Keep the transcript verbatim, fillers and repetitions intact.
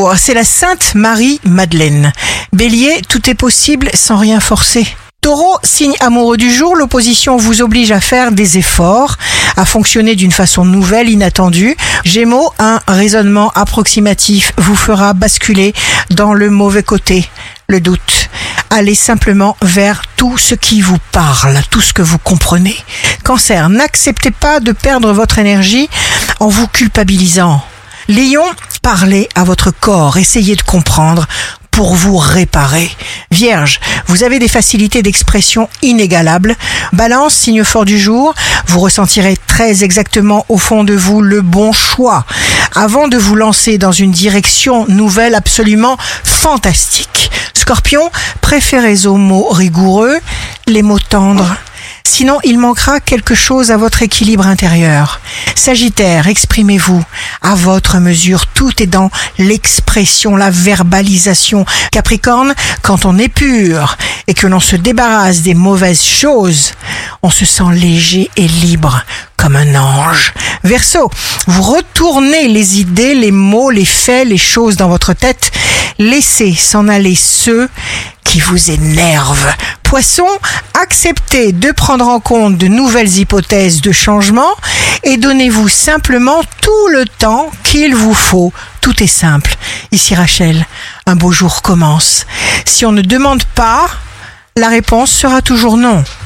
jour, c'est la Sainte Marie-Madeleine. Bélier, tout est possible sans rien forcer. Taureau, signe amoureux du jour, l'opposition vous oblige à faire des efforts, à fonctionner d'une façon nouvelle, inattendue. Gémeaux, un raisonnement approximatif vous fera basculer dans le mauvais côté, le doute. Allez simplement vers tout ce qui vous parle, tout ce que vous comprenez. Cancer, n'acceptez pas de perdre votre énergie en vous culpabilisant. Lion, parlez à votre corps, essayez de comprendre pour vous réparer. Vierge, vous avez des facilités d'expression inégalables. Balance, signe fort du jour, vous ressentirez très exactement au fond de vous le bon choix avant de vous lancer dans une direction nouvelle absolument fantastique. Scorpion, préférez aux mots rigoureux les mots tendres. Sinon, il manquera quelque chose à votre équilibre intérieur. Sagittaire, exprimez-vous à votre mesure. Tout est dans l'expression, la verbalisation. Capricorne, quand on est pur et que l'on se débarrasse des mauvaises choses, on se sent léger et libre comme un ange. Verseau, vous retournez les idées, les mots, les faits, les choses dans votre tête. Laissez s'en aller ceux qui vous énervent. Poisson, acceptez de prendre en compte de nouvelles hypothèses de changement et donnez-vous simplement tout le temps qu'il vous faut. Tout est simple. Ici Rachel, un beau jour commence. Si on ne demande pas, la réponse sera toujours non.